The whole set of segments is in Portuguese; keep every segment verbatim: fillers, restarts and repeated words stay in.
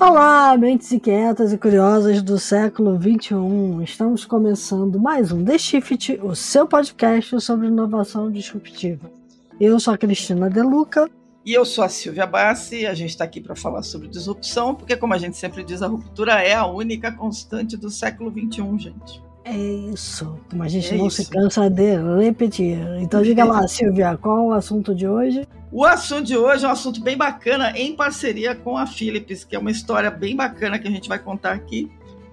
Olá, mentes inquietas e curiosas do século vinte e um. Estamos começando mais um The Shift, o seu podcast sobre inovação disruptiva. Eu sou a Cristina De Luca. E eu sou a Silvia Bassi. A gente está aqui para falar sobre disrupção, porque, como a gente sempre diz, a ruptura é a única constante do século vinte e um, gente. É isso, como a gente é não isso. se cansa de repetir. Então diga lá, Silvia, qual é o assunto de hoje? O assunto de hoje é um assunto bem bacana, em parceria com a Philips, que é uma história bem bacana que a gente vai contar aqui,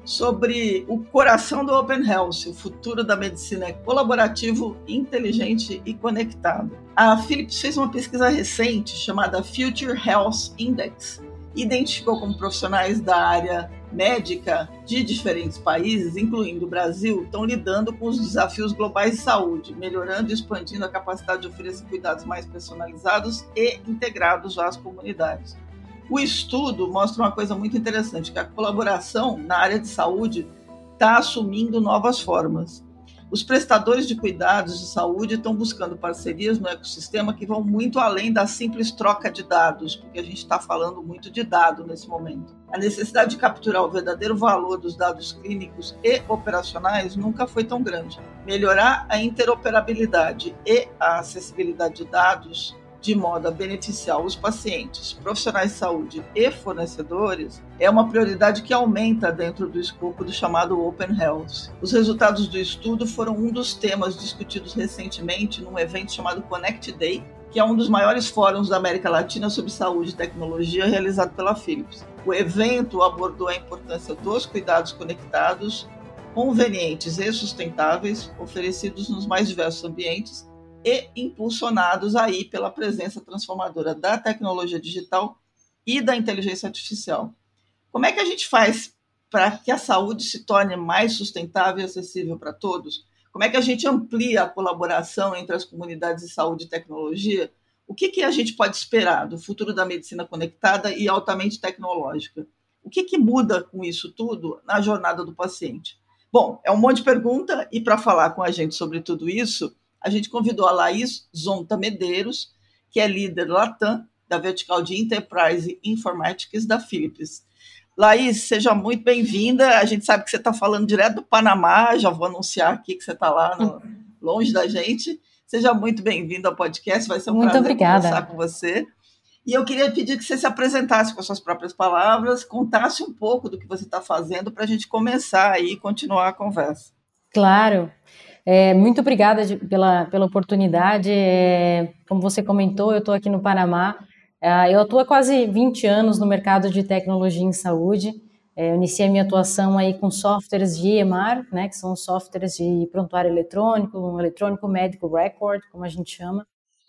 sobre o coração do Open Health, o futuro da medicina colaborativo, inteligente e conectado. A Philips fez uma pesquisa recente chamada Future Health Index, e identificou como profissionais da área médica de diferentes países, incluindo o Brasil, estão lidando com os desafios globais de saúde, melhorando e expandindo a capacidade de oferecer cuidados mais personalizados e integrados às comunidades. O estudo mostra uma coisa muito interessante, que a colaboração na área de saúde está assumindo novas formas. Os prestadores de cuidados de saúde estão buscando parcerias no ecossistema que vão muito além da simples troca de dados, porque a gente está falando muito de dado nesse momento. A necessidade de capturar o verdadeiro valor dos dados clínicos e operacionais nunca foi tão grande. Melhorar a interoperabilidade e a acessibilidade de dados de modo a beneficiar os pacientes, profissionais de saúde e fornecedores, é uma prioridade que aumenta dentro do escopo do chamado Open Health. Os resultados do estudo foram um dos temas discutidos recentemente num evento chamado Connect Day, que é um dos maiores fóruns da América Latina sobre saúde e tecnologia realizado pela Philips. O evento abordou a importância dos cuidados conectados, convenientes e sustentáveis, oferecidos nos mais diversos ambientes, e impulsionados aí pela presença transformadora da tecnologia digital e da inteligência artificial. Como é que a gente faz para que a saúde se torne mais sustentável e acessível para todos? Como é que a gente amplia a colaboração entre as comunidades de saúde e tecnologia? O que, que a gente pode esperar do futuro da medicina conectada e altamente tecnológica? O que, que muda com isso tudo na jornada do paciente? Bom, é um monte de pergunta, e para falar com a gente sobre tudo isso, a gente convidou a Laís Zonta Medeiros, que é líder Latam da vertical de Enterprise Informatics da Philips. Laís, seja muito bem-vinda. A gente sabe que você está falando direto do Panamá, já vou anunciar aqui que você está lá no, longe da gente. Seja muito bem-vinda ao podcast, vai ser um muito prazer obrigada. conversar com você. E eu queria pedir que você se apresentasse com as suas próprias palavras, contasse um pouco do que você está fazendo para a gente começar aí e continuar a conversa. Claro. É, muito obrigada de, pela, pela oportunidade. É, como você comentou, eu estou aqui no Panamá. É, eu atuo há quase vinte anos no mercado de tecnologia em saúde. É, eu iniciei minha atuação aí com softwares de E M R, né, que são softwares de prontuário eletrônico, um eletrônico medical record, como a gente chama.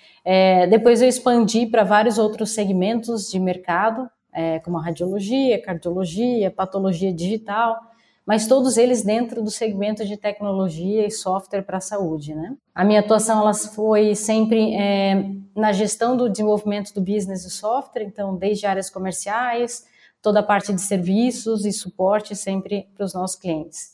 É, depois eu expandi para vários outros segmentos de mercado, é, como a radiologia, cardiologia, patologia digital, mas todos eles dentro do segmento de tecnologia e software para a saúde, né? A minha atuação ela foi sempre é, na gestão do desenvolvimento do business do software, então desde áreas comerciais, toda a parte de serviços e suporte sempre para os nossos clientes.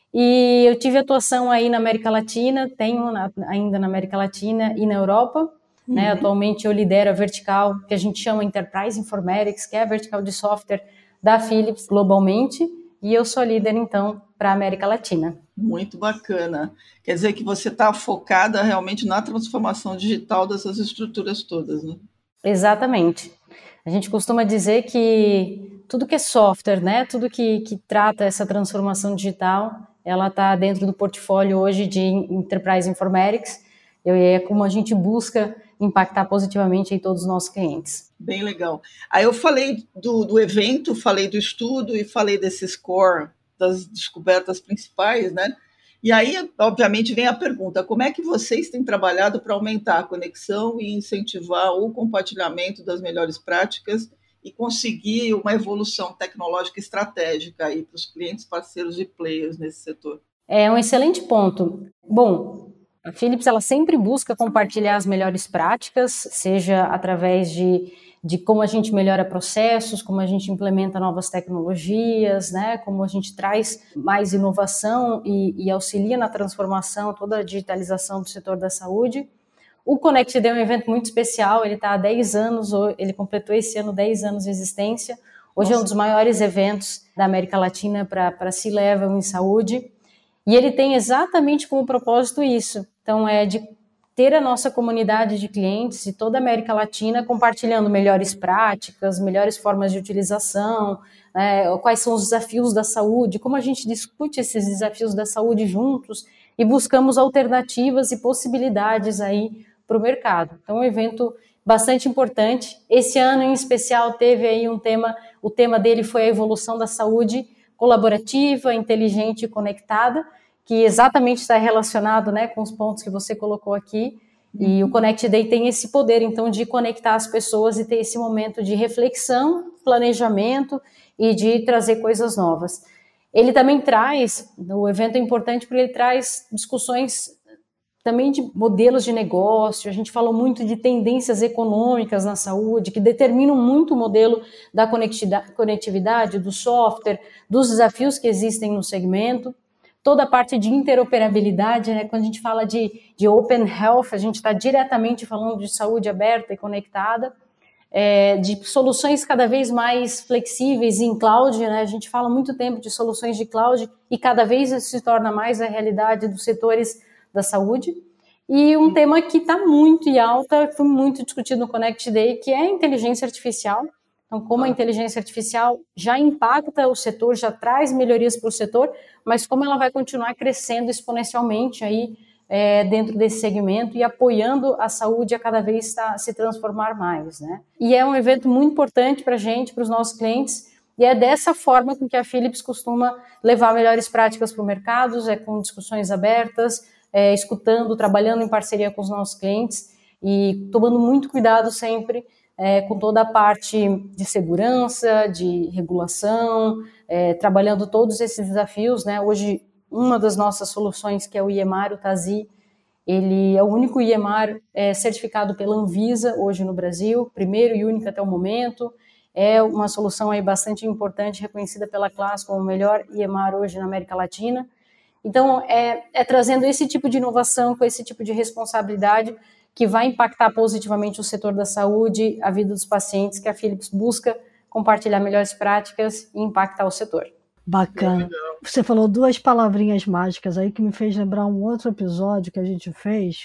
E eu tive atuação aí na América Latina, tenho na, ainda na América Latina e na Europa, uhum. né? Atualmente eu lidero a vertical que a gente chama Enterprise Informatics, que é a vertical de software da Philips globalmente, e eu sou líder, então, para a América Latina. Muito bacana. Quer dizer que você está focada realmente na transformação digital dessas estruturas todas, né? Exatamente. A gente costuma dizer que tudo que é software, né, tudo que, que trata essa transformação digital, ela está dentro do portfólio hoje de Enterprise Informatics, e é como a gente busca impactar positivamente em todos os nossos clientes. Bem legal. Aí eu falei do, do evento, falei do estudo e falei desse score, das descobertas principais, né? E aí, obviamente, vem a pergunta, como é que vocês têm trabalhado para aumentar a conexão e incentivar o compartilhamento das melhores práticas e conseguir uma evolução tecnológica estratégica aí para os clientes, parceiros e players nesse setor? É um excelente ponto. Bom, a Philips ela sempre busca compartilhar as melhores práticas, seja através de, de como a gente melhora processos, como a gente implementa novas tecnologias, né, como a gente traz mais inovação e, e auxilia na transformação, toda a digitalização do setor da saúde. O Connect Day é um evento muito especial, ele está há dez anos, ele completou esse ano dez anos de existência, Hoje Nossa. É um dos maiores eventos da América Latina para C-Level em saúde, e ele tem exatamente como propósito isso. Então, é de ter a nossa comunidade de clientes de toda a América Latina compartilhando melhores práticas, melhores formas de utilização, é, quais são os desafios da saúde, como a gente discute esses desafios da saúde juntos e buscamos alternativas e possibilidades aí para o mercado. Então, é um evento bastante importante. Esse ano, em especial, teve aí um tema, o tema dele foi a evolução da saúde colaborativa, inteligente e conectada, que exatamente está relacionado, né, com os pontos que você colocou aqui. E o Connect Day tem esse poder, então, de conectar as pessoas e ter esse momento de reflexão, planejamento e de trazer coisas novas. Ele também traz, o evento é importante porque ele traz discussões também de modelos de negócio. A gente falou muito de tendências econômicas na saúde, que determinam muito o modelo da conectividade, do software, dos desafios que existem no segmento. Toda a parte de interoperabilidade, né? Quando a gente fala de, de Open Health, a gente está diretamente falando de saúde aberta e conectada, é, de soluções cada vez mais flexíveis em cloud, né? A gente fala há muito tempo de soluções de cloud e cada vez isso se torna mais a realidade dos setores da saúde. E um tema que está muito em alta, foi muito discutido no Connect Day, que é a inteligência artificial. Então, como a inteligência artificial já impacta o setor, já traz melhorias para o setor, mas como ela vai continuar crescendo exponencialmente aí é, dentro desse segmento e apoiando a saúde a cada vez tá, se transformar mais, né? E é um evento muito importante para a gente, para os nossos clientes, e é dessa forma com que a Philips costuma levar melhores práticas para o mercado, é com discussões abertas, é, escutando, trabalhando em parceria com os nossos clientes e tomando muito cuidado sempre É, com toda a parte de segurança, de regulação, é, trabalhando todos esses desafios, né? Hoje, uma das nossas soluções, que é o I E M A R, o TASI, ele é o único I E M A R é, certificado pela Anvisa hoje no Brasil, primeiro e único até o momento. É uma solução aí bastante importante, reconhecida pela classe como o melhor I E M A R hoje na América Latina. Então, é, é trazendo esse tipo de inovação, com esse tipo de responsabilidade, que vai impactar positivamente o setor da saúde, a vida dos pacientes, que a Philips busca compartilhar melhores práticas e impactar o setor. Bacana. Você falou duas palavrinhas mágicas aí que me fez lembrar um outro episódio que a gente fez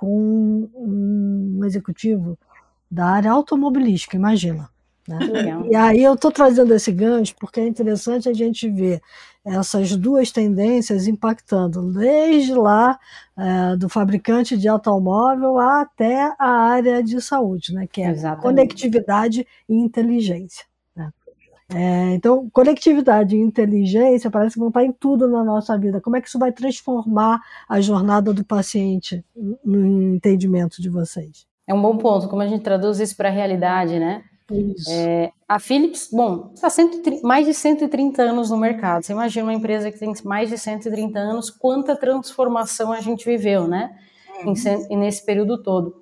com um executivo da área automobilística, imagina. Né? E aí eu estou trazendo esse gancho porque é interessante a gente ver essas duas tendências impactando desde lá é, do fabricante de automóvel até a área de saúde, né? Que é Exatamente. Conectividade e inteligência. Né? É, então, conectividade e inteligência parece que vão estar em tudo na nossa vida. Como é que isso vai transformar a jornada do paciente no entendimento de vocês? É um bom ponto, como a gente traduz isso para a realidade, né? É, a Philips, bom, está mais de cento e trinta anos no mercado. Você imagina uma empresa que tem mais de cento e trinta anos, quanta transformação a gente viveu, né? Uhum. Em, nesse período todo.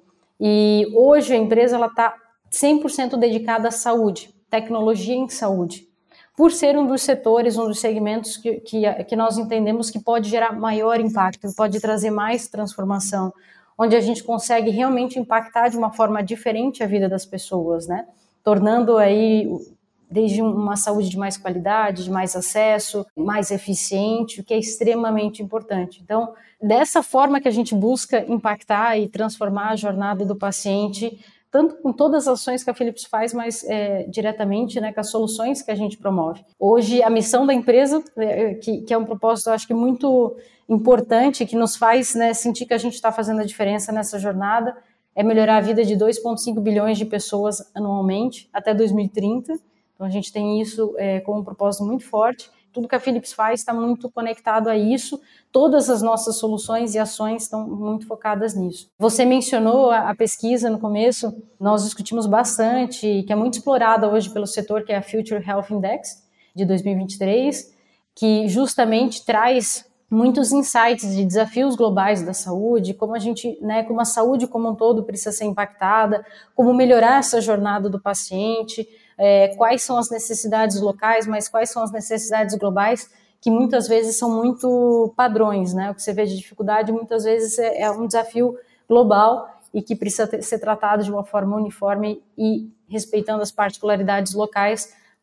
E hoje a empresa está cem por cento dedicada à saúde, tecnologia em saúde, por ser um dos setores, um dos segmentos que, que, que nós entendemos que pode gerar maior impacto, pode trazer mais transformação, onde a gente consegue realmente impactar de uma forma diferente a vida das pessoas, né? Tornando aí desde uma saúde de mais qualidade, de mais acesso, mais eficiente, o que é extremamente importante. Então, dessa forma que a gente busca impactar e transformar a jornada do paciente, tanto com todas as ações que a Philips faz, mas é, diretamente, né, com as soluções que a gente promove. Hoje, a missão da empresa, é, que, que é um propósito, eu acho que muito importante, que nos faz, né, sentir que a gente está fazendo a diferença nessa jornada, é melhorar a vida de dois vírgula cinco bilhões de pessoas anualmente até dois mil e trinta. Então, a gente tem isso é, como um propósito muito forte. Tudo que a Philips faz está muito conectado a isso. Todas as nossas soluções e ações estão muito focadas nisso. Você mencionou a, a pesquisa no começo, nós discutimos bastante, que é muito explorada hoje pelo setor, que é a Future Health Index de dois mil e vinte e três, que justamente traz muitos insights de desafios globais da saúde, como a gente, né, como a saúde como um todo precisa ser impactada, como melhorar essa jornada do paciente, é, quais são as necessidades locais, mas quais são as necessidades globais, que muitas vezes são muito padrões, né? O que você vê de dificuldade muitas vezes é, é um desafio global e que precisa ter, ser tratado de uma forma uniforme e respeitando as particularidades locais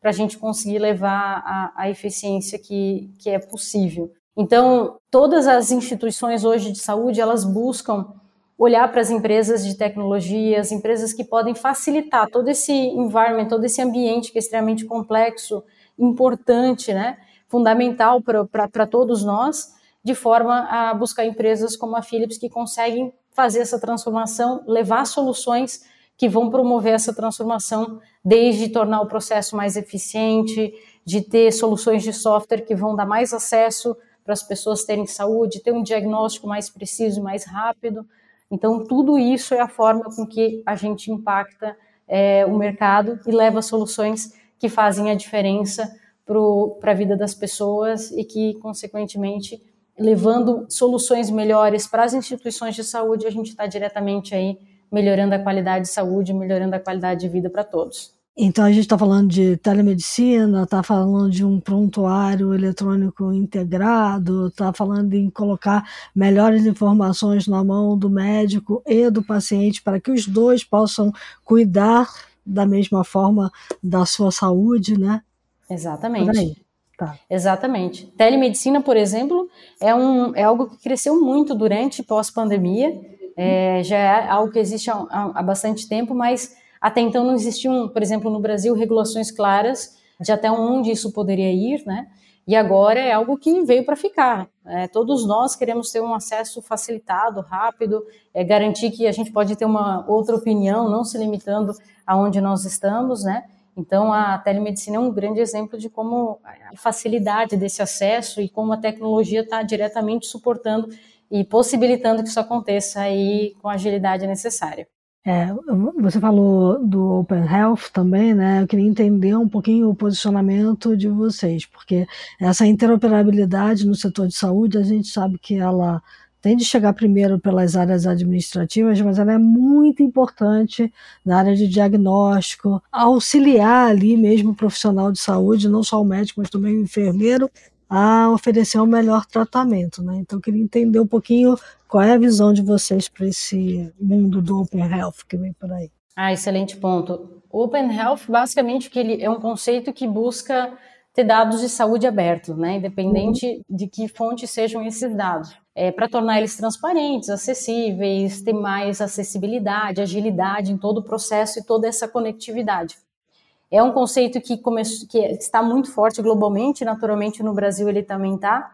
para a gente conseguir levar a, a eficiência que, que é possível. Então, todas as instituições hoje de saúde, elas buscam olhar para as empresas de tecnologia, as empresas que podem facilitar todo esse environment, todo esse ambiente que é extremamente complexo, importante, né, fundamental para todos nós, de forma a buscar empresas como a Philips que conseguem fazer essa transformação, levar soluções que vão promover essa transformação, desde tornar o processo mais eficiente, de ter soluções de software que vão dar mais acesso para as pessoas terem saúde, ter um diagnóstico mais preciso, mais rápido. Então, tudo isso é a forma com que a gente impacta é, o mercado e leva soluções que fazem a diferença para a vida das pessoas e que, consequentemente, levando soluções melhores para as instituições de saúde, a gente está diretamente aí melhorando a qualidade de saúde, melhorando a qualidade de vida para todos. Então, a gente está falando de telemedicina, está falando de um prontuário eletrônico integrado, está falando em colocar melhores informações na mão do médico e do paciente para que os dois possam cuidar da mesma forma da sua saúde, né? Exatamente. Tá. Exatamente. Telemedicina, por exemplo, é, um, é algo que cresceu muito durante e pós-pandemia, é, já é algo que existe há, há bastante tempo, mas até então não existiam, por exemplo, no Brasil, regulações claras de até onde isso poderia ir, né? E agora é algo que veio para ficar. É, todos nós queremos ter um acesso facilitado, rápido, é, garantir que a gente pode ter uma outra opinião, não se limitando aonde nós estamos, né? Então, a telemedicina é um grande exemplo de como a facilidade desse acesso e como a tecnologia está diretamente suportando e possibilitando que isso aconteça aí com a agilidade necessária. É, você falou do Open Health também, né? Eu queria entender um pouquinho o posicionamento de vocês, porque essa interoperabilidade no setor de saúde, a gente sabe que ela tem de chegar primeiro pelas áreas administrativas, mas ela é muito importante na área de diagnóstico, auxiliar ali mesmo o profissional de saúde, não só o médico, mas também o enfermeiro, a oferecer o melhor tratamento, né? Então, eu queria entender um pouquinho qual é a visão de vocês para esse mundo do Open Health que vem por aí. Ah, excelente ponto. O Open Health, basicamente, que ele é um conceito que busca ter dados de saúde abertos, né? Independente uhum. de que fonte sejam esses dados. É, para tornar eles transparentes, acessíveis, ter mais acessibilidade, agilidade em todo o processo e toda essa conectividade. É um conceito que, come... que está muito forte globalmente, naturalmente no Brasil ele também está,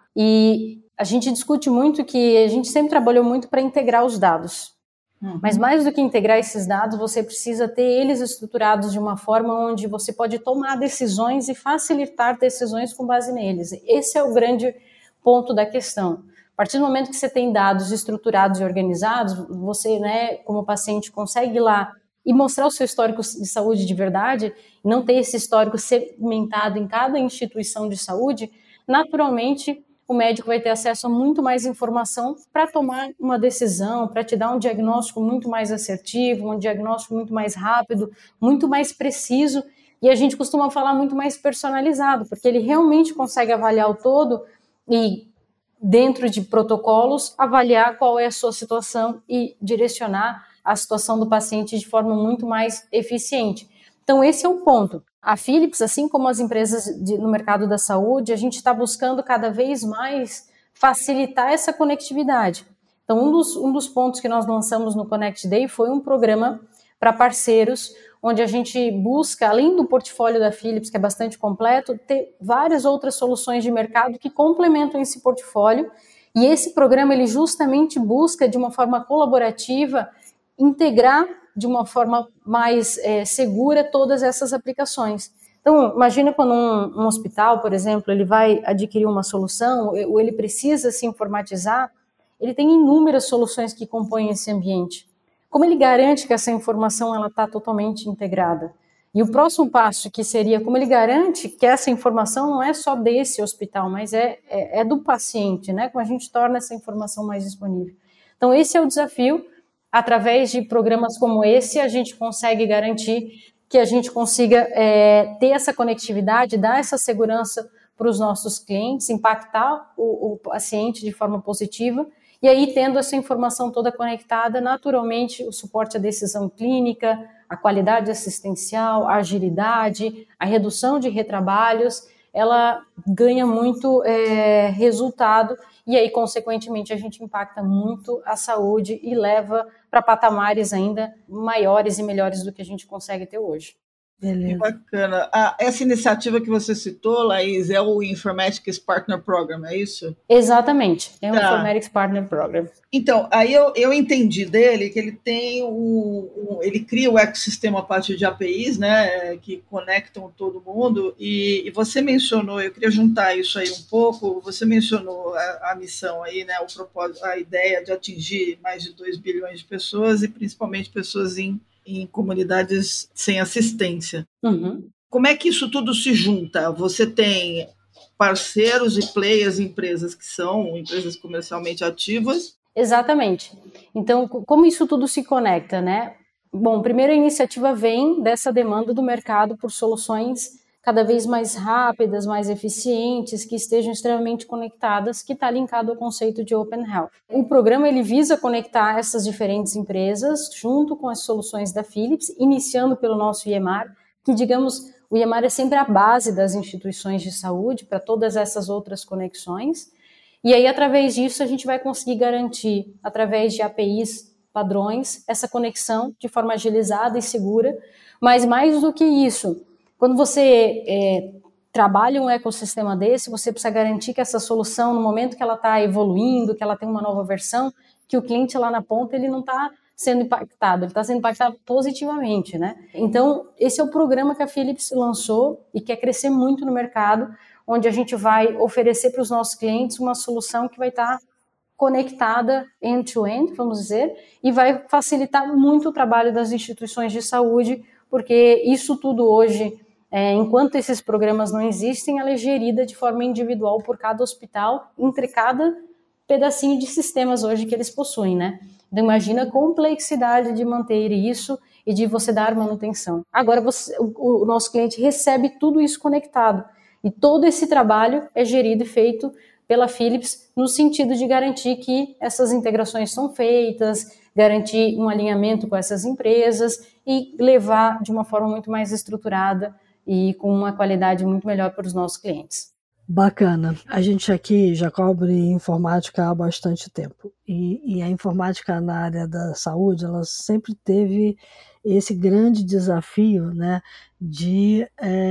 e a gente discute muito que a gente sempre trabalhou muito para integrar os dados. Uhum. Mas mais do que integrar esses dados, você precisa ter eles estruturados de uma forma onde você pode tomar decisões e facilitar decisões com base neles. Esse é o grande ponto da questão. A partir do momento que você tem dados estruturados e organizados, você, né, como paciente, consegue ir lá e mostrar o seu histórico de saúde de verdade, não ter esse histórico segmentado em cada instituição de saúde, naturalmente o médico vai ter acesso a muito mais informação para tomar uma decisão, para te dar um diagnóstico muito mais assertivo, um diagnóstico muito mais rápido, muito mais preciso, e a gente costuma falar muito mais personalizado, porque ele realmente consegue avaliar o todo e, dentro de protocolos, avaliar qual é a sua situação e direcionar a situação do paciente de forma muito mais eficiente. Então, esse é o ponto. A Philips, assim como as empresas de, no mercado da saúde, a gente está buscando cada vez mais facilitar essa conectividade. Então, um dos, um dos pontos que nós lançamos no Connect Day foi um programa para parceiros, onde a gente busca, além do portfólio da Philips, que é bastante completo, ter várias outras soluções de mercado que complementam esse portfólio. E esse programa, ele justamente busca, de uma forma colaborativa, integrar de uma forma mais é, segura todas essas aplicações. Então, imagina quando um, um hospital, por exemplo, ele vai adquirir uma solução, ou ele precisa se informatizar, ele tem inúmeras soluções que compõem esse ambiente. Como ele garante que essa informação ela está totalmente integrada? E o próximo passo, que seria como ele garante que essa informação não é só desse hospital, mas é, é, é do paciente, né? Como a gente torna essa informação mais disponível. Então, esse é o desafio. Através de programas como esse, a gente consegue garantir que a gente consiga é, ter essa conectividade, dar essa segurança para os nossos clientes, impactar o, o paciente de forma positiva, e aí, tendo essa informação toda conectada, naturalmente, o suporte à decisão clínica, a qualidade assistencial, a agilidade, a redução de retrabalhos, ela ganha muito é, resultado e aí, consequentemente, a gente impacta muito a saúde e leva para patamares ainda maiores e melhores do que a gente consegue ter hoje. Beleza. Que bacana. Ah, essa iniciativa que você citou, Laís, é o Informatics Partner Program, é isso? Exatamente, é o tá. Informatics Partner Program. Então, aí eu, eu entendi dele que ele tem o, o ele cria o ecossistema a partir de A P Is, né, que conectam todo mundo, e, e você mencionou, eu queria juntar isso aí um pouco, você mencionou a, a missão aí, né, o propósito, a ideia de atingir mais de dois bilhões de pessoas e principalmente pessoas em em comunidades sem assistência. Uhum. Como é que isso tudo se junta? Você tem parceiros e players, empresas que são empresas comercialmente ativas? Exatamente. Então, como isso tudo se conecta, né? Bom, primeiro a iniciativa vem dessa demanda do mercado por soluções cada vez mais rápidas, mais eficientes, que estejam extremamente conectadas, que está linkado ao conceito de Open Health. O programa ele visa conectar essas diferentes empresas junto com as soluções da Philips, iniciando pelo nosso I E M A R, que, digamos, o I E M A R é sempre a base das instituições de saúde para todas essas outras conexões. E aí, através disso, a gente vai conseguir garantir, através de A P Is, padrões, essa conexão de forma agilizada e segura. Mas mais do que isso, quando você é, trabalha um ecossistema desse, você precisa garantir que essa solução, no momento que ela está evoluindo, que ela tem uma nova versão, que o cliente lá na ponta ele não está sendo impactado, ele está sendo impactado positivamente, né? Então, esse é o programa que a Philips lançou e quer crescer muito no mercado, onde a gente vai oferecer para os nossos clientes uma solução que vai estar conectada end-to-end, vamos dizer, e vai facilitar muito o trabalho das instituições de saúde, porque isso tudo hoje, é, enquanto esses programas não existem, ela é gerida de forma individual por cada hospital, entre cada pedacinho de sistemas hoje que eles possuem, né? Então, imagina a complexidade de manter isso e de você dar manutenção. Agora, você, o, o nosso cliente recebe tudo isso conectado e todo esse trabalho é gerido e feito pela Philips no sentido de garantir que essas integrações são feitas, garantir um alinhamento com essas empresas e levar de uma forma muito mais estruturada e com uma qualidade muito melhor para os nossos clientes. Bacana. A gente aqui já cobre informática há bastante tempo e, e a informática na área da saúde, ela sempre teve esse grande desafio, né, de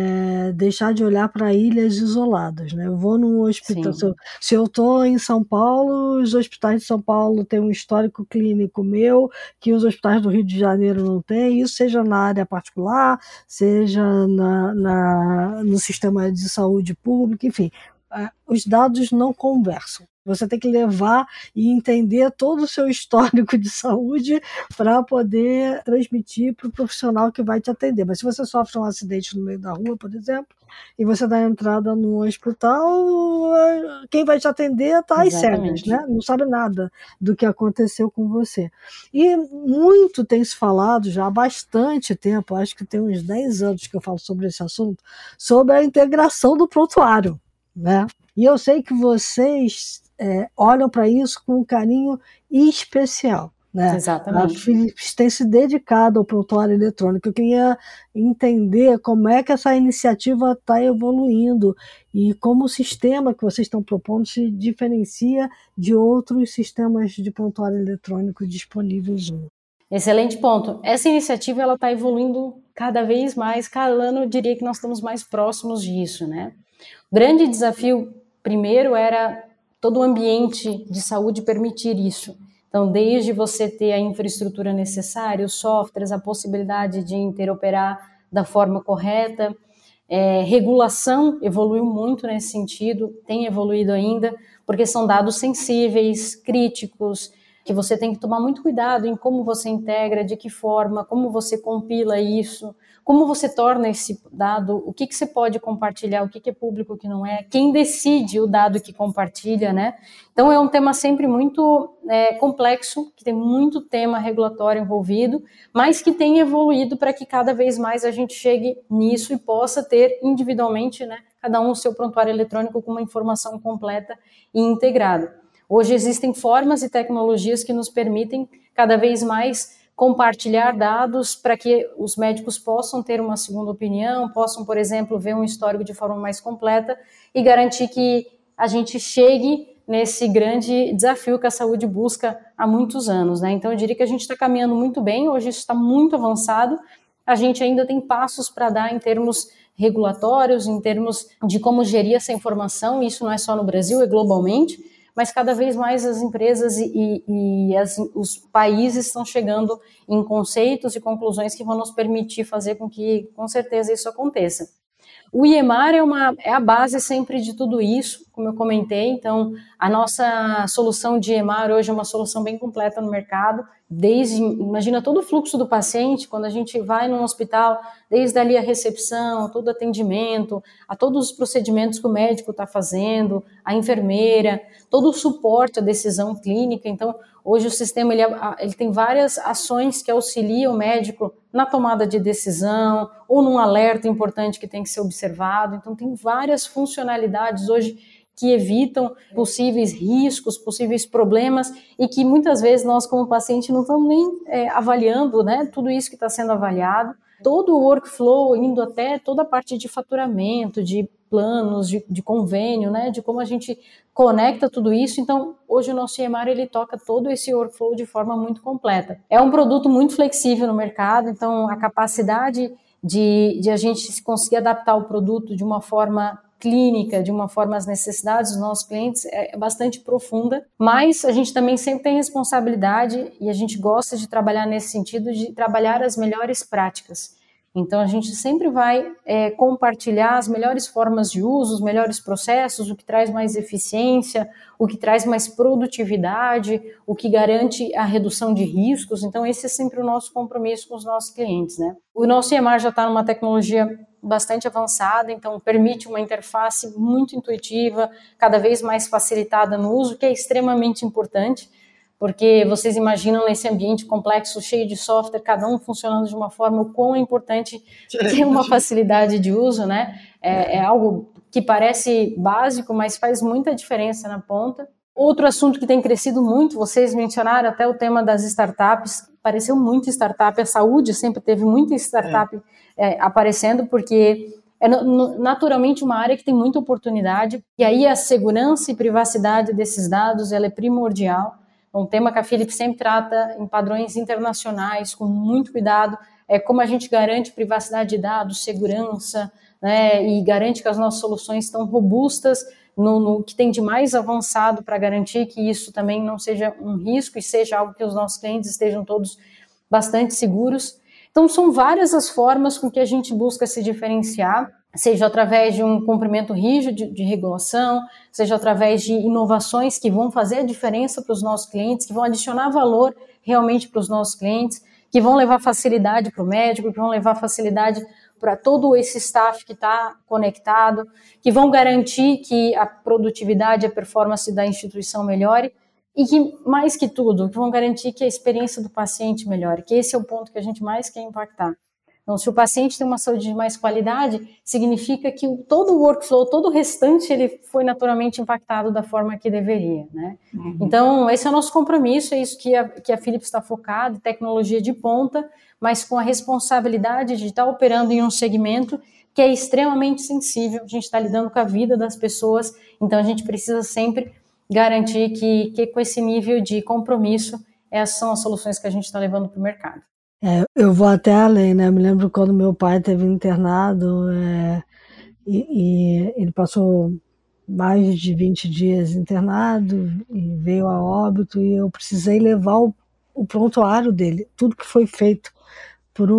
é, deixar de olhar para ilhas isoladas, né? Eu vou num hospital, se eu, se eu estou em São Paulo, os hospitais de São Paulo têm um histórico clínico meu que os hospitais do Rio de Janeiro não têm, isso seja na área particular, seja na, na, no sistema de saúde público, enfim, os dados não conversam. Você tem que levar e entender todo o seu histórico de saúde para poder transmitir para o profissional que vai te atender. Mas se você sofre um acidente no meio da rua, por exemplo, e você dá entrada no hospital, quem vai te atender está às cegas, né? Não sabe nada do que aconteceu com você. E muito tem se falado já há bastante tempo, acho que tem uns dez anos que eu falo sobre esse assunto, sobre a integração do prontuário, né? E eu sei que vocês é, olham para isso com um carinho especial, né? Exatamente. A Philips tem se dedicado ao prontuário eletrônico. Eu queria entender como é que essa iniciativa está evoluindo e como o sistema que vocês estão propondo se diferencia de outros sistemas de prontuário eletrônico disponíveis. Excelente ponto. Essa iniciativa ela está evoluindo cada vez mais, cada ano eu diria que nós estamos mais próximos disso, né? O grande desafio, primeiro, era todo o ambiente de saúde permitir isso. Então, desde você ter a infraestrutura necessária, os softwares, a possibilidade de interoperar da forma correta, é, regulação evoluiu muito nesse sentido, tem evoluído ainda, porque são dados sensíveis, críticos, que você tem que tomar muito cuidado em como você integra, de que forma, como você compila isso, como você torna esse dado, o que, que você pode compartilhar, o que, que é público, o que não é, quem decide o dado que compartilha, né? Então é um tema sempre muito é, complexo, que tem muito tema regulatório envolvido, mas que tem evoluído para que cada vez mais a gente chegue nisso e possa ter individualmente, né, cada um o seu prontuário eletrônico com uma informação completa e integrada. Hoje existem formas e tecnologias que nos permitem cada vez mais compartilhar dados para que os médicos possam ter uma segunda opinião, possam, por exemplo, ver um histórico de forma mais completa e garantir que a gente chegue nesse grande desafio que a saúde busca há muitos anos, né? Então, eu diria que a gente está caminhando muito bem, hoje isso está muito avançado, a gente ainda tem passos para dar em termos regulatórios, em termos de como gerir essa informação, isso não é só no Brasil, é globalmente, mas cada vez mais as empresas e, e as, os países estão chegando em conceitos e conclusões que vão nos permitir fazer com que, com certeza, isso aconteça. O I E M A R é, uma, é a base sempre de tudo isso, como eu comentei, então a nossa solução de I E M A R hoje é uma solução bem completa no mercado, desde, imagina todo o fluxo do paciente, quando a gente vai num hospital, desde ali a recepção, todo o atendimento, a todos os procedimentos que o médico está fazendo, a enfermeira, todo o suporte à decisão clínica. Então, hoje o sistema ele, ele tem várias ações que auxiliam o médico na tomada de decisão ou num alerta importante que tem que ser observado. Então, tem várias funcionalidades hoje que evitam possíveis riscos, possíveis problemas e que muitas vezes nós como paciente não estamos nem é, avaliando, né, tudo isso que está sendo avaliado. Todo o workflow, indo até toda a parte de faturamento, de planos, de, de convênio, né, de como a gente conecta tudo isso. Então, hoje o nosso I E M A R ele toca todo esse workflow de forma muito completa. É um produto muito flexível no mercado, então a capacidade de, de a gente conseguir adaptar o produto de uma forma clínica, de uma forma às necessidades dos nossos clientes é bastante profunda, mas a gente também sempre tem responsabilidade e a gente gosta de trabalhar nesse sentido de trabalhar as melhores práticas. Então a gente sempre vai é, compartilhar as melhores formas de uso, os melhores processos, o que traz mais eficiência, o que traz mais produtividade, o que garante a redução de riscos. Então esse é sempre o nosso compromisso com os nossos clientes, né? O nosso I E M A R já está numa tecnologia bastante avançada, então permite uma interface muito intuitiva, cada vez mais facilitada no uso, que é extremamente importante, porque vocês imaginam nesse ambiente complexo, cheio de software, cada um funcionando de uma forma, o quão é importante ter uma facilidade de uso, né? É, é algo que parece básico, mas faz muita diferença na ponta. Outro assunto que tem crescido muito, vocês mencionaram até o tema das startups, apareceu muito startup, a saúde sempre teve muita startup é. É, aparecendo, porque é naturalmente uma área que tem muita oportunidade, e aí a segurança e privacidade desses dados ela é primordial. Um tema que a Philips sempre trata em padrões internacionais, com muito cuidado, é como a gente garante privacidade de dados, segurança, né, e garante que as nossas soluções estão robustas no, no que tem de mais avançado para garantir que isso também não seja um risco e seja algo que os nossos clientes estejam todos bastante seguros. Então, são várias as formas com que a gente busca se diferenciar, seja através de um cumprimento rígido de, de regulação, seja através de inovações que vão fazer a diferença para os nossos clientes, que vão adicionar valor realmente para os nossos clientes, que vão levar facilidade para o médico, que vão levar facilidade para todo esse staff que está conectado, que vão garantir que a produtividade e a performance da instituição melhore e que, mais que tudo, que vão garantir que a experiência do paciente melhore, que esse é o ponto que a gente mais quer impactar. Então, se o paciente tem uma saúde de mais qualidade, significa que todo o workflow, todo o restante, ele foi naturalmente impactado da forma que deveria, né? Uhum. Então, esse é o nosso compromisso, é isso que a, que a Philips está focada, tecnologia de ponta, mas com a responsabilidade de estar operando em um segmento que é extremamente sensível, a gente está lidando com a vida das pessoas, então a gente precisa sempre garantir que, que com esse nível de compromisso, essas são as soluções que a gente está levando para o mercado. É, eu vou até além, né? Eu me lembro quando meu pai teve internado é, e, e ele passou mais de vinte dias internado e veio a óbito e eu precisei levar o, o prontuário dele, tudo que foi feito para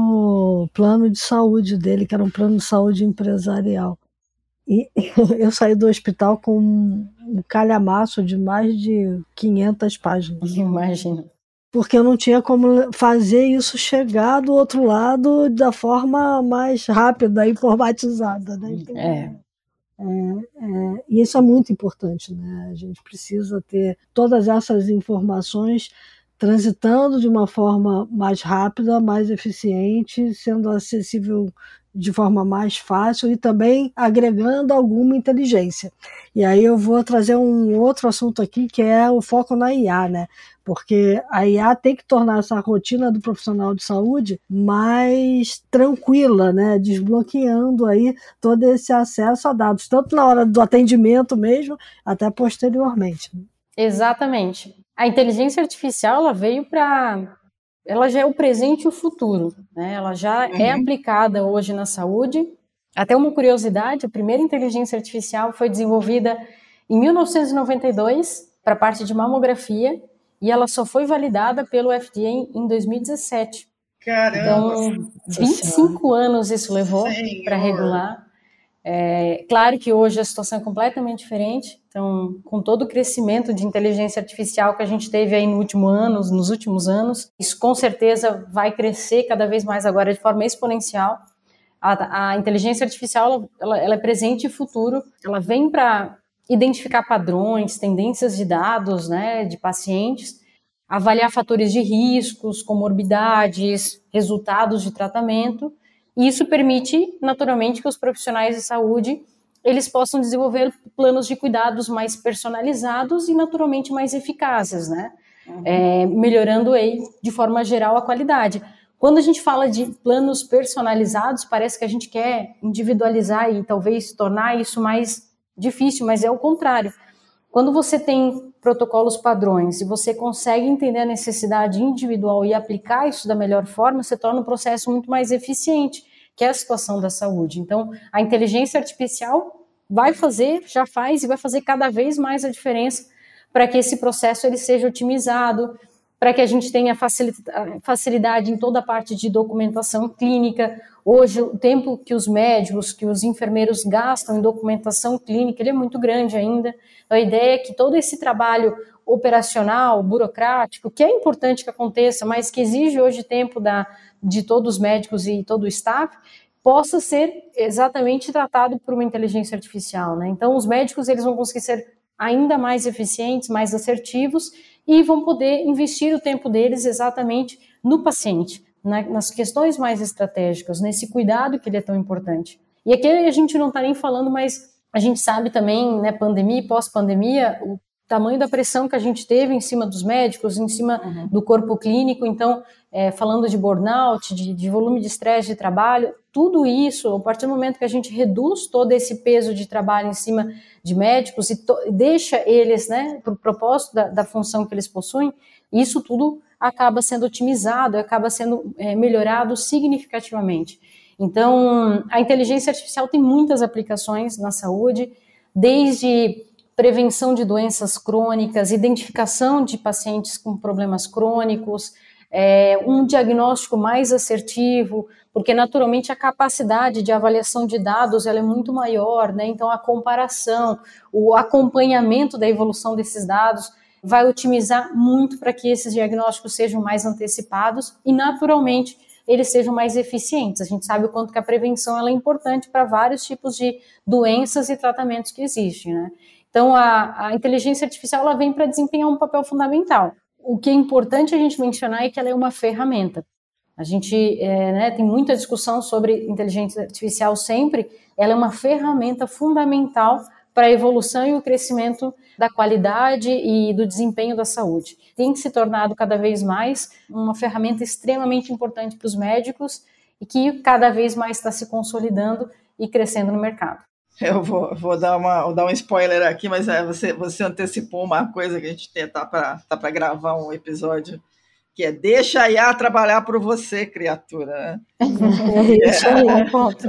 o plano de saúde dele, que era um plano de saúde empresarial. E eu saí do hospital com um calhamaço de mais de quinhentas páginas. Imagina. Porque eu não tinha como fazer isso chegar do outro lado da forma mais rápida e informatizada, né? Então, é. É, é, e isso é muito importante, né? A gente precisa ter todas essas informações transitando de uma forma mais rápida, mais eficiente, sendo acessível de forma mais fácil e também agregando alguma inteligência. E aí eu vou trazer um outro assunto aqui, que é o foco na I A, né? Porque a I A tem que tornar essa rotina do profissional de saúde mais tranquila, né? Desbloqueando aí todo esse acesso a dados, tanto na hora do atendimento mesmo, até posteriormente. Exatamente. A inteligência artificial, ela veio para... ela já é o presente e o futuro, né? Ela já uhum. é aplicada hoje na saúde. Até uma curiosidade, a primeira inteligência artificial foi desenvolvida em mil novecentos e noventa e dois para a parte de mamografia e ela só foi validada pelo F D A em dois mil e dezessete. Caramba! Então, vinte e cinco anos isso levou para regular. É, claro que hoje a situação é completamente diferente, então, com todo o crescimento de inteligência artificial que a gente teve aí no último ano, nos últimos anos, isso com certeza vai crescer cada vez mais agora de forma exponencial. A, a inteligência artificial, ela, ela é presente e futuro, ela vem para identificar padrões, tendências de dados, né, de pacientes, avaliar fatores de riscos, comorbidades, resultados de tratamento. E isso permite, naturalmente, que os profissionais de saúde eles possam desenvolver planos de cuidados mais personalizados e, naturalmente, mais eficazes, né? Uhum. É, melhorando aí, de forma geral, a qualidade. Quando a gente fala de planos personalizados, parece que a gente quer individualizar e talvez tornar isso mais difícil, mas é o contrário. Quando você tem protocolos padrões e você consegue entender a necessidade individual e aplicar isso da melhor forma, você torna o processo muito mais eficiente, que é a situação da saúde. Então, a inteligência artificial vai fazer, já faz e vai fazer cada vez mais a diferença para que esse processo ele seja otimizado, para que a gente tenha facilidade em toda a parte de documentação clínica. Hoje, o tempo que os médicos, que os enfermeiros gastam em documentação clínica, ele é muito grande ainda. A ideia é que todo esse trabalho operacional, burocrático, que é importante que aconteça, mas que exige hoje tempo da, de todos os médicos e todo o staff, possa ser exatamente tratado por uma inteligência artificial, né? Então, os médicos eles vão conseguir ser ainda mais eficientes, mais assertivos e vão poder investir o tempo deles exatamente no paciente, na, nas questões mais estratégicas, nesse cuidado que ele é tão importante. E aqui a gente não está nem falando, mas a gente sabe também, né, pandemia e pós-pandemia, o tamanho da pressão que a gente teve em cima dos médicos, em cima uhum. do corpo clínico, então, é, falando de burnout, de, de volume de estresse de trabalho, tudo isso, a partir do momento que a gente reduz todo esse peso de trabalho em cima de médicos e to, deixa eles, né, para o propósito da, da função que eles possuem, isso tudo acaba sendo otimizado, acaba sendo é, melhorado significativamente. Então, a inteligência artificial tem muitas aplicações na saúde, desde prevenção de doenças crônicas, identificação de pacientes com problemas crônicos, é, um diagnóstico mais assertivo, porque naturalmente a capacidade de avaliação de dados ela é muito maior, né? Então a comparação, o acompanhamento da evolução desses dados vai otimizar muito para que esses diagnósticos sejam mais antecipados e naturalmente eles sejam mais eficientes. A gente sabe o quanto que a prevenção ela é importante para vários tipos de doenças e tratamentos que existem, né? Então, a, a inteligência artificial ela vem para desempenhar um papel fundamental. O que é importante a gente mencionar é que ela é uma ferramenta. A gente é, né, tem muita discussão sobre inteligência artificial sempre, ela é uma ferramenta fundamental para a evolução e o crescimento da qualidade e do desempenho da saúde. Tem se tornado cada vez mais uma ferramenta extremamente importante para os médicos e que cada vez mais está se consolidando e crescendo no mercado. Eu vou, vou, dar uma, vou dar um spoiler aqui, mas é, você, você antecipou uma coisa que a gente está para tá para gravar um episódio, que é deixa a I A trabalhar por você, criatura. É isso aí, ponto.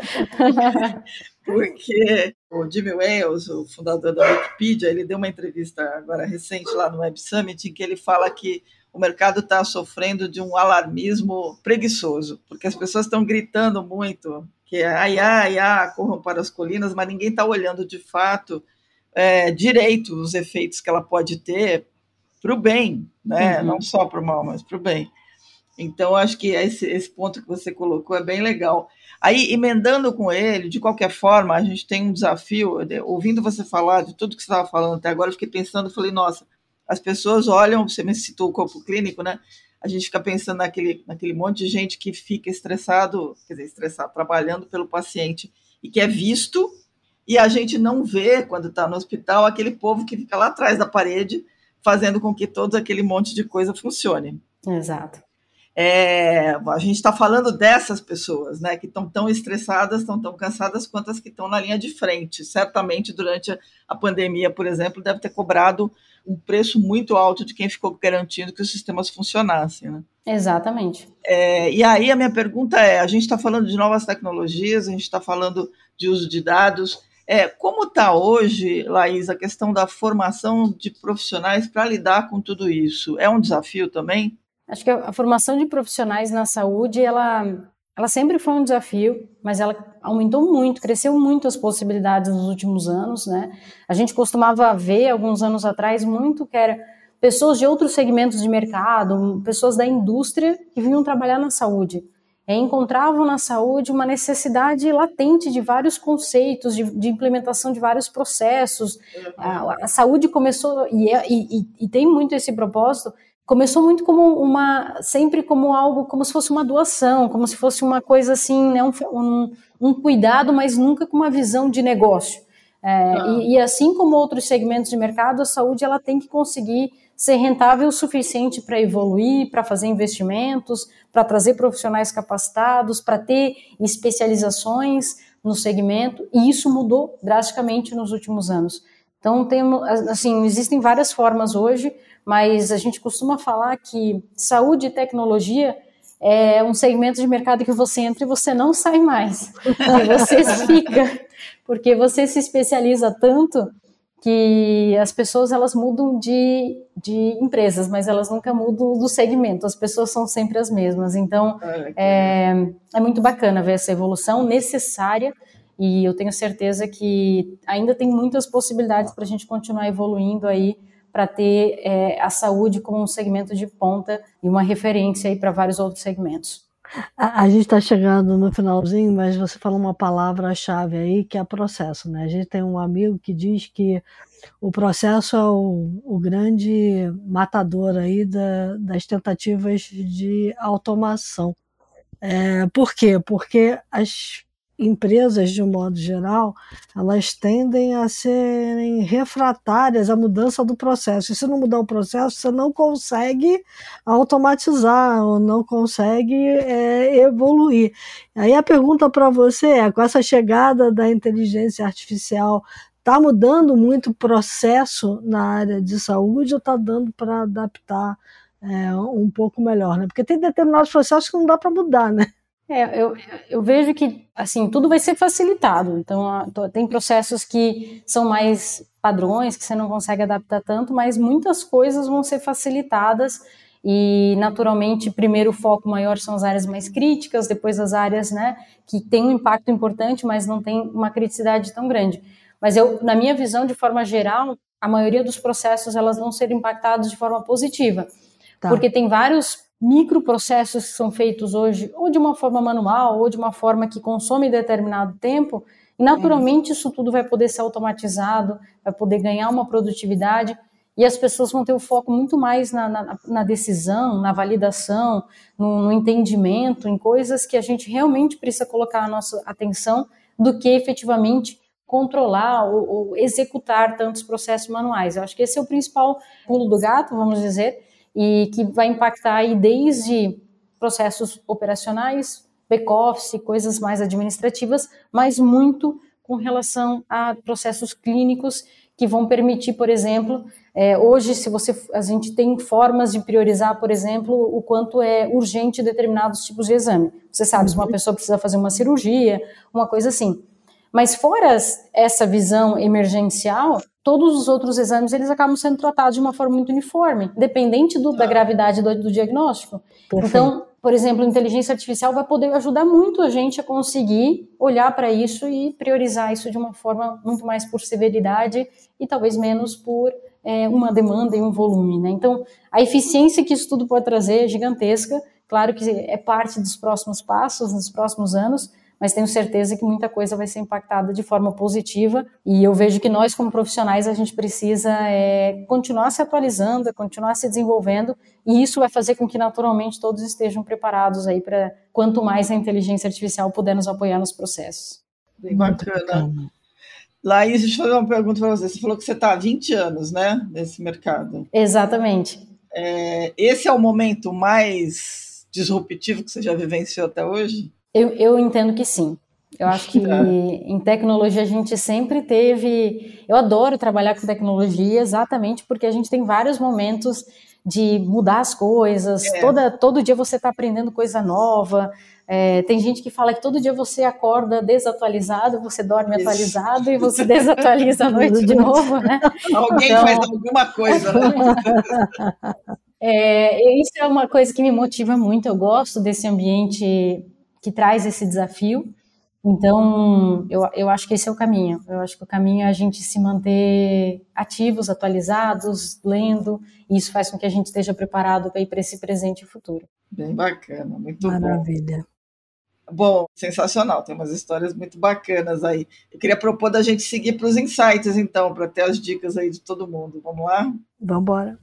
Porque o Jimmy Wales, o fundador da Wikipedia, ele deu uma entrevista agora recente lá no Web Summit, em que ele fala que o mercado está sofrendo de um alarmismo preguiçoso, porque as pessoas estão gritando muito que é a I A, a I A, corram para as colinas, mas ninguém está olhando de fato é, direito os efeitos que ela pode ter para o bem, né? Uhum. Não só para o mal, mas para o bem. Então, acho que esse, esse ponto que você colocou é bem legal. Aí, emendando com ele, de qualquer forma, a gente tem um desafio, ouvindo você falar de tudo que você estava falando até agora, eu fiquei pensando, falei, nossa, as pessoas olham, você me citou o corpo clínico, né? a gente fica pensando naquele, naquele monte de gente que fica estressado, quer dizer, estressado, trabalhando pelo paciente e que é visto, e a gente não vê, quando está no hospital, aquele povo que fica lá atrás da parede, fazendo com que todo aquele monte de coisa funcione. Exato. É, a gente está falando dessas pessoas, né, que estão tão estressadas, estão tão cansadas quanto as que estão na linha de frente. Certamente, durante a pandemia, por exemplo, deve ter cobrado um preço muito alto de quem ficou garantindo que os sistemas funcionassem. Né? Exatamente. É, e aí a minha pergunta é, a gente está falando de novas tecnologias, a gente está falando de uso de dados. É, como está hoje, Laís, a questão da formação de profissionais para lidar com tudo isso? É um desafio também? Acho que a formação de profissionais na saúde, ela, ela sempre foi um desafio, mas ela aumentou muito, cresceu muito as possibilidades nos últimos anos, né? A gente costumava ver, alguns anos atrás, muito que era pessoas de outros segmentos de mercado, pessoas da indústria que vinham trabalhar na saúde. E encontravam na saúde uma necessidade latente de vários conceitos, de, de implementação de vários processos. A, a saúde começou, e, é, e, e tem muito esse propósito, começou muito como uma, sempre como algo, como se fosse uma doação, como se fosse uma coisa assim, né, um, um, um cuidado, mas nunca com uma visão de negócio. É, ah. e, e assim como outros segmentos de mercado, a saúde ela tem que conseguir ser rentável o suficiente para evoluir, para fazer investimentos, para trazer profissionais capacitados, para ter especializações no segmento, e isso mudou drasticamente nos últimos anos. Então, temos, assim, existem várias formas hoje, mas a gente costuma falar que saúde e tecnologia é um segmento de mercado que você entra e você não sai mais. E você fica, porque você se especializa tanto que as pessoas elas mudam de, de empresas, mas elas nunca mudam do segmento, as pessoas são sempre as mesmas. Então, é, é muito bacana ver essa evolução necessária, e eu tenho certeza que ainda tem muitas possibilidades para a gente continuar evoluindo aí, para ter é, a saúde como um segmento de ponta e uma referência aí para vários outros segmentos. A, a gente está chegando no finalzinho, mas você falou uma palavra-chave aí, que é processo, né? A gente tem um amigo que diz que o processo é o, o grande matador aí da, das tentativas de automação. É, por quê? Porque as empresas, de um modo geral, elas tendem a serem refratárias à mudança do processo. E se não mudar o processo, você não consegue automatizar, ou não consegue é, evoluir. Aí a pergunta para você é, com essa chegada da inteligência artificial, está mudando muito o processo na área de saúde ou está dando para adaptar é, um pouco melhor, né? Porque tem determinados processos que não dá para mudar, né? É, eu, eu vejo que, assim, tudo vai ser facilitado. Então, tem processos que são mais padrões, que você não consegue adaptar tanto, mas muitas coisas vão ser facilitadas e, naturalmente, primeiro o foco maior são as áreas mais críticas, depois as áreas, né, que têm um impacto importante, mas não tem uma criticidade tão grande. Mas eu, na minha visão, de forma geral, a maioria dos processos elas vão ser impactados de forma positiva, tá. Porque tem vários microprocessos que são feitos hoje, ou de uma forma manual, ou de uma forma que consome determinado tempo, e naturalmente é. Isso tudo vai poder ser automatizado, vai poder ganhar uma produtividade, e as pessoas vão ter o foco muito mais na, na, na decisão, na validação, no, no entendimento, em coisas que a gente realmente precisa colocar a nossa atenção, do que efetivamente controlar ou, ou executar tantos processos manuais. Eu acho que esse é o principal pulo do gato, vamos dizer, e que vai impactar aí desde processos operacionais, back-office, coisas mais administrativas, mas muito com relação a processos clínicos que vão permitir, por exemplo, é, hoje se você, a gente tem formas de priorizar, por exemplo, o quanto é urgente determinados tipos de exame. Você sabe, se uma pessoa precisa fazer uma cirurgia, uma coisa assim. Mas fora essa visão emergencial, todos os outros exames eles acabam sendo tratados de uma forma muito uniforme, dependente do, da gravidade do, do diagnóstico. Perfeito. Então, por exemplo, a inteligência artificial vai poder ajudar muito a gente a conseguir olhar para isso e priorizar isso de uma forma muito mais por severidade e talvez menos por é, uma demanda e um volume, né? Então, a eficiência que isso tudo pode trazer é gigantesca. Claro que é parte dos próximos passos, nos próximos anos, mas tenho certeza que muita coisa vai ser impactada de forma positiva, e eu vejo que nós, como profissionais, a gente precisa é, continuar se atualizando, continuar se desenvolvendo, e isso vai fazer com que, naturalmente, todos estejam preparados aí para quanto mais a inteligência artificial puder nos apoiar nos processos. Bem bacana. Laís, deixa eu fazer uma pergunta para você. Você falou que você está há vinte anos, né, nesse mercado. Exatamente. É, esse é o momento mais disruptivo que você já vivenciou até hoje? Eu, eu entendo que sim. Eu acho que é. Em tecnologia a gente sempre teve... Eu adoro trabalhar com tecnologia exatamente porque a gente tem vários momentos de mudar as coisas. É. Toda, todo dia você está aprendendo coisa nova. É, tem gente que fala que todo dia você acorda desatualizado, você dorme Isso. atualizado e você desatualiza à noite de novo, né? Alguém então, faz alguma coisa, né? É, isso é uma coisa que me motiva muito. Eu gosto desse ambiente que traz esse desafio. Então, eu, eu acho que esse é o caminho. Eu acho que o caminho é a gente se manter ativos, atualizados, lendo, e isso faz com que a gente esteja preparado para ir para esse presente e futuro. Bem bacana, muito Maravilha. bom. Maravilha. Bom, sensacional, tem umas histórias muito bacanas aí. Eu queria propor da gente seguir para os insights, então, para ter as dicas aí de todo mundo. Vamos lá? Vamos embora.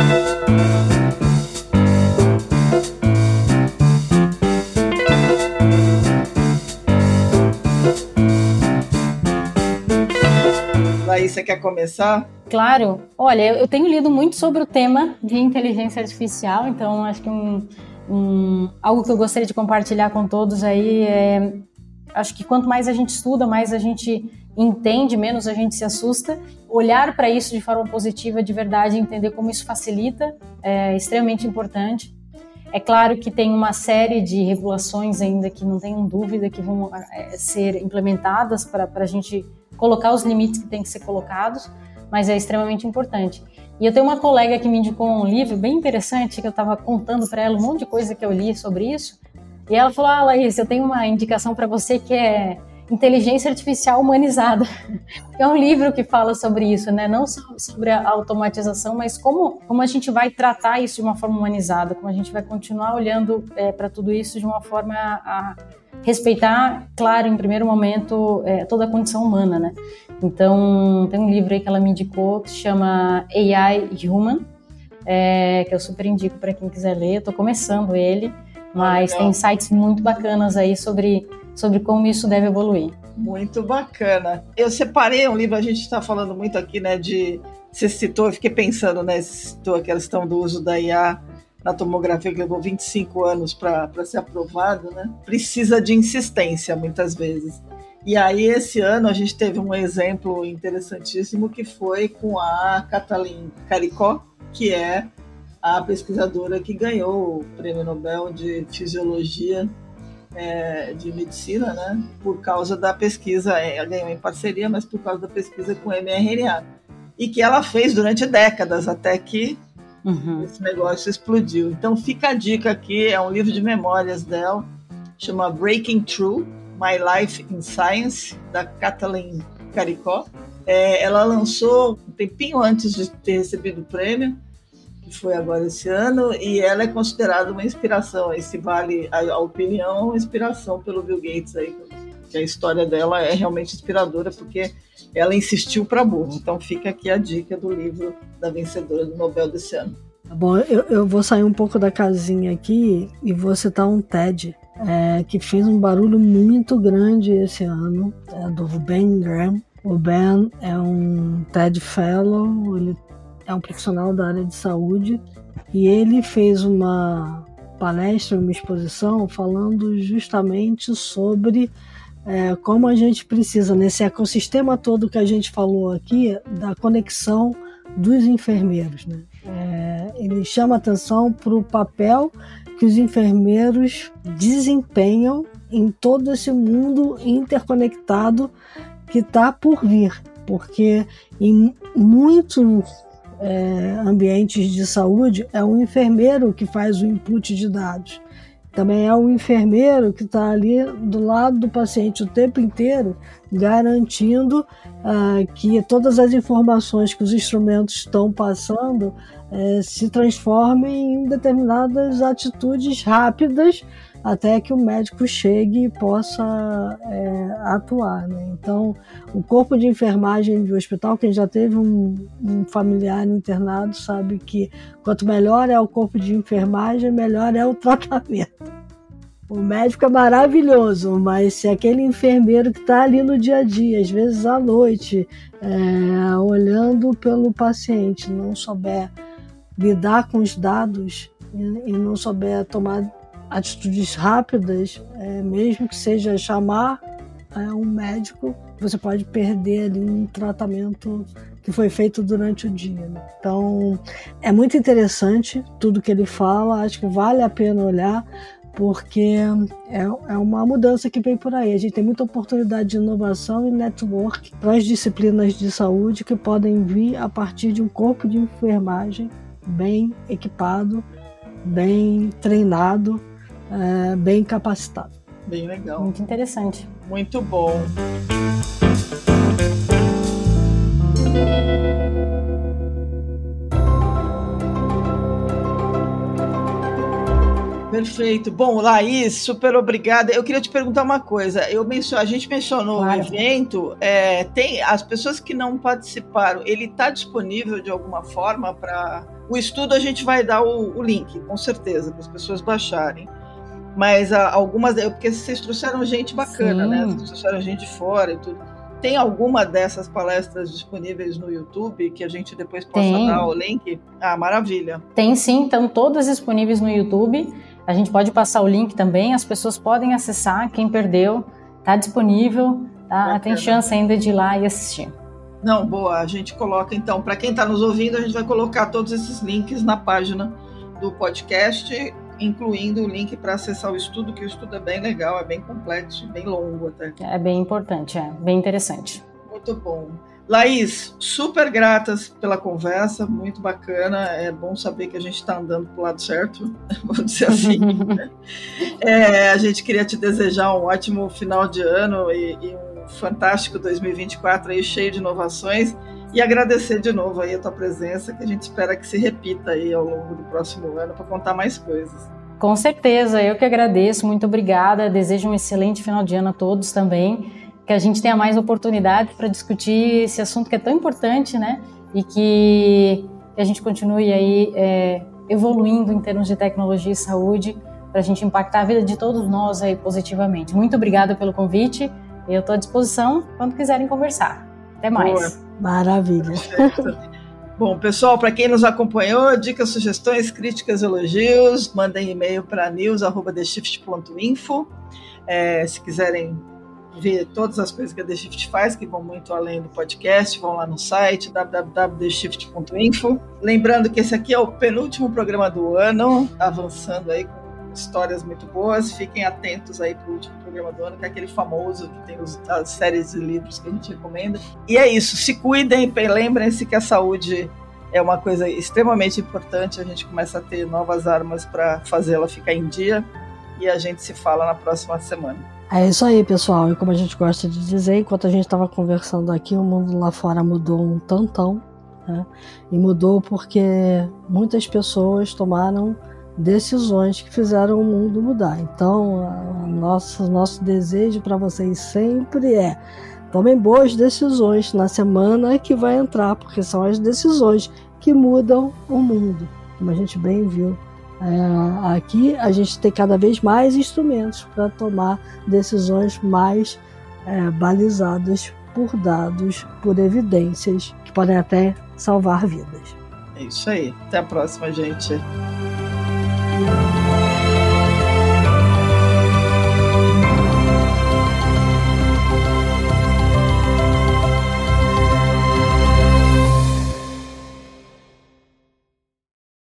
Laís, você quer começar? Claro. Olha, eu tenho lido muito sobre o tema de inteligência artificial, então acho que um, um, algo que eu gostaria de compartilhar com todos aí é... Acho que quanto mais a gente estuda, mais a gente entende, menos a gente se assusta. Olhar para isso de forma positiva, de verdade, entender como isso facilita, é extremamente importante. É claro que tem uma série de regulações ainda que não tenham dúvida que vão é, ser implementadas para a gente colocar os limites que têm que ser colocados, mas é extremamente importante. E eu tenho uma colega que me indicou um livro bem interessante, que eu estava contando para ela um monte de coisa que eu li sobre isso, e ela falou, ah, Laís, eu tenho uma indicação para você que é Inteligência Artificial Humanizada. É um livro que fala sobre isso, né? Não só sobre a automatização, mas como, como a gente vai tratar isso de uma forma humanizada, como a gente vai continuar olhando é, para tudo isso de uma forma a respeitar, claro, em primeiro momento, é, toda a condição humana, né? Então, tem um livro aí que ela me indicou que se chama A I Human, é, que eu super indico para quem quiser ler. Eu estou começando ele, mas tem insights muito bacanas aí sobre, sobre como isso deve evoluir. Muito bacana. Eu separei um livro, a gente está falando muito aqui, né, de... Você citou, eu fiquei pensando, né, citou a questão do uso da I A na tomografia, que levou vinte e cinco anos para ser aprovado, né? Precisa de insistência, muitas vezes. E aí, esse ano, a gente teve um exemplo interessantíssimo, que foi com a Kathleen Caricó, que é a pesquisadora que ganhou o Prêmio Nobel de Fisiologia é, de Medicina, né? Por causa da pesquisa, ela ganhou em parceria, mas por causa da pesquisa com M R N A. E que ela fez durante décadas, até que Uhum. esse negócio explodiu. Então fica a dica aqui, é um livro de memórias dela, chama Breaking Through, My Life in Science, da Kathleen Caricó. É, ela lançou um tempinho antes de ter recebido o prêmio, que foi agora esse ano, e ela é considerada uma inspiração, esse vale a, a opinião, inspiração pelo Bill Gates, aí, que a história dela é realmente inspiradora, porque ela insistiu para burro. Então fica aqui a dica do livro da vencedora do Nobel desse ano. Tá bom, eu, eu vou sair um pouco da casinha aqui e vou citar um TED é, que fez um barulho muito grande esse ano, é do Ben Graham. O Ben é um TED Fellow, ele é um profissional da área de saúde e ele fez uma palestra, uma exposição falando justamente sobre É, como a gente precisa, nesse ecossistema todo que a gente falou aqui, da conexão dos enfermeiros, né? É, ele chama atenção para o papel que os enfermeiros desempenham em todo esse mundo interconectado que está por vir, porque em muitos é, ambientes de saúde é o enfermeiro que faz o input de dados. Também é o enfermeiro que está ali do lado do paciente o tempo inteiro, garantindo uh, que todas as informações que os instrumentos estão passando uh, se transformem em determinadas atitudes rápidas até que o médico chegue e possa é, atuar, né? Então, o corpo de enfermagem de hospital, quem já teve um, um familiar internado sabe que quanto melhor é o corpo de enfermagem, melhor é o tratamento. O médico é maravilhoso, mas se aquele enfermeiro que está ali no dia a dia, às vezes à noite, é, olhando pelo paciente, não souber lidar com os dados e, e não souber tomar atitudes rápidas, é, mesmo que seja chamar é, um médico, você pode perder ali um tratamento que foi feito durante o dia, né? Então, é muito interessante tudo que ele fala, acho que vale a pena olhar, porque é, é uma mudança que vem por aí. A gente tem muita oportunidade de inovação e network para as disciplinas de saúde que podem vir a partir de um corpo de enfermagem bem equipado, bem treinado, é, bem capacitado. Bem legal. Muito interessante. Muito bom. Perfeito. Bom, Laís, super obrigada. Eu queria te perguntar uma coisa. Eu menciono, a gente mencionou claro. O evento. É, tem as pessoas que não participaram, ele está disponível de alguma forma para... O estudo a gente vai dar o, o link, com certeza, para as pessoas baixarem. Mas a, algumas... Porque vocês trouxeram gente bacana, Sim. né? Vocês trouxeram gente de fora e tudo. Tem alguma dessas palestras disponíveis no YouTube que a gente depois possa tem. Dar o link? Ah, maravilha. Tem sim, estão todas disponíveis no YouTube. A gente pode passar o link também, as pessoas podem acessar, quem perdeu, está disponível, tá? Tem chance ainda de ir lá e assistir. Não, boa, a gente coloca então, para quem está nos ouvindo, a gente vai colocar todos esses links na página do podcast, incluindo o link para acessar o estudo, que o estudo é bem legal, é bem complexo, bem longo até. É bem importante, é bem interessante. Muito bom. Laís, super gratas pela conversa, muito bacana, é bom saber que a gente está andando para o lado certo, vou dizer assim. é, a gente queria te desejar um ótimo final de ano e, e um fantástico dois mil e vinte e quatro aí, cheio de inovações, e agradecer de novo aí a tua presença, que a gente espera que se repita aí ao longo do próximo ano para contar mais coisas. Com certeza, eu que agradeço, muito obrigada, desejo um excelente final de ano a todos também, que a gente tenha mais oportunidade para discutir esse assunto que é tão importante, né? E que a gente continue aí é, evoluindo em termos de tecnologia e saúde para a gente impactar a vida de todos nós aí positivamente. Muito obrigada pelo convite. Eu estou à disposição quando quiserem conversar. Até mais. Boa. Maravilha. Bom, pessoal, para quem nos acompanhou, dicas, sugestões, críticas, elogios, mandem e-mail para news arroba the shift ponto info. É, se quiserem ver todas as coisas que a The Shift faz, que vão muito além do podcast, vão lá no site w w w ponto the shift ponto info. Lembrando que esse aqui é o penúltimo programa do ano, avançando aí com histórias muito boas. Fiquem atentos aí para o último programa do ano, que é aquele famoso que tem os, as séries de livros que a gente recomenda. E é isso, se cuidem, lembrem-se que a saúde é uma coisa extremamente importante, a gente começa a ter novas armas para fazê-la ficar em dia, e a gente se fala na próxima semana. É isso aí, pessoal. E como a gente gosta de dizer, enquanto a gente estava conversando aqui, o mundo lá fora mudou um tantão, né? E mudou porque muitas pessoas tomaram decisões que fizeram o mundo mudar. Então, a nossa, nosso desejo para vocês sempre é: tomem boas decisões na semana que vai entrar, porque são as decisões que mudam o mundo, como a gente bem viu. É, aqui a gente tem cada vez mais instrumentos para tomar decisões mais é, balizadas por dados, por evidências, que podem até salvar vidas. É isso aí. Até a próxima, gente.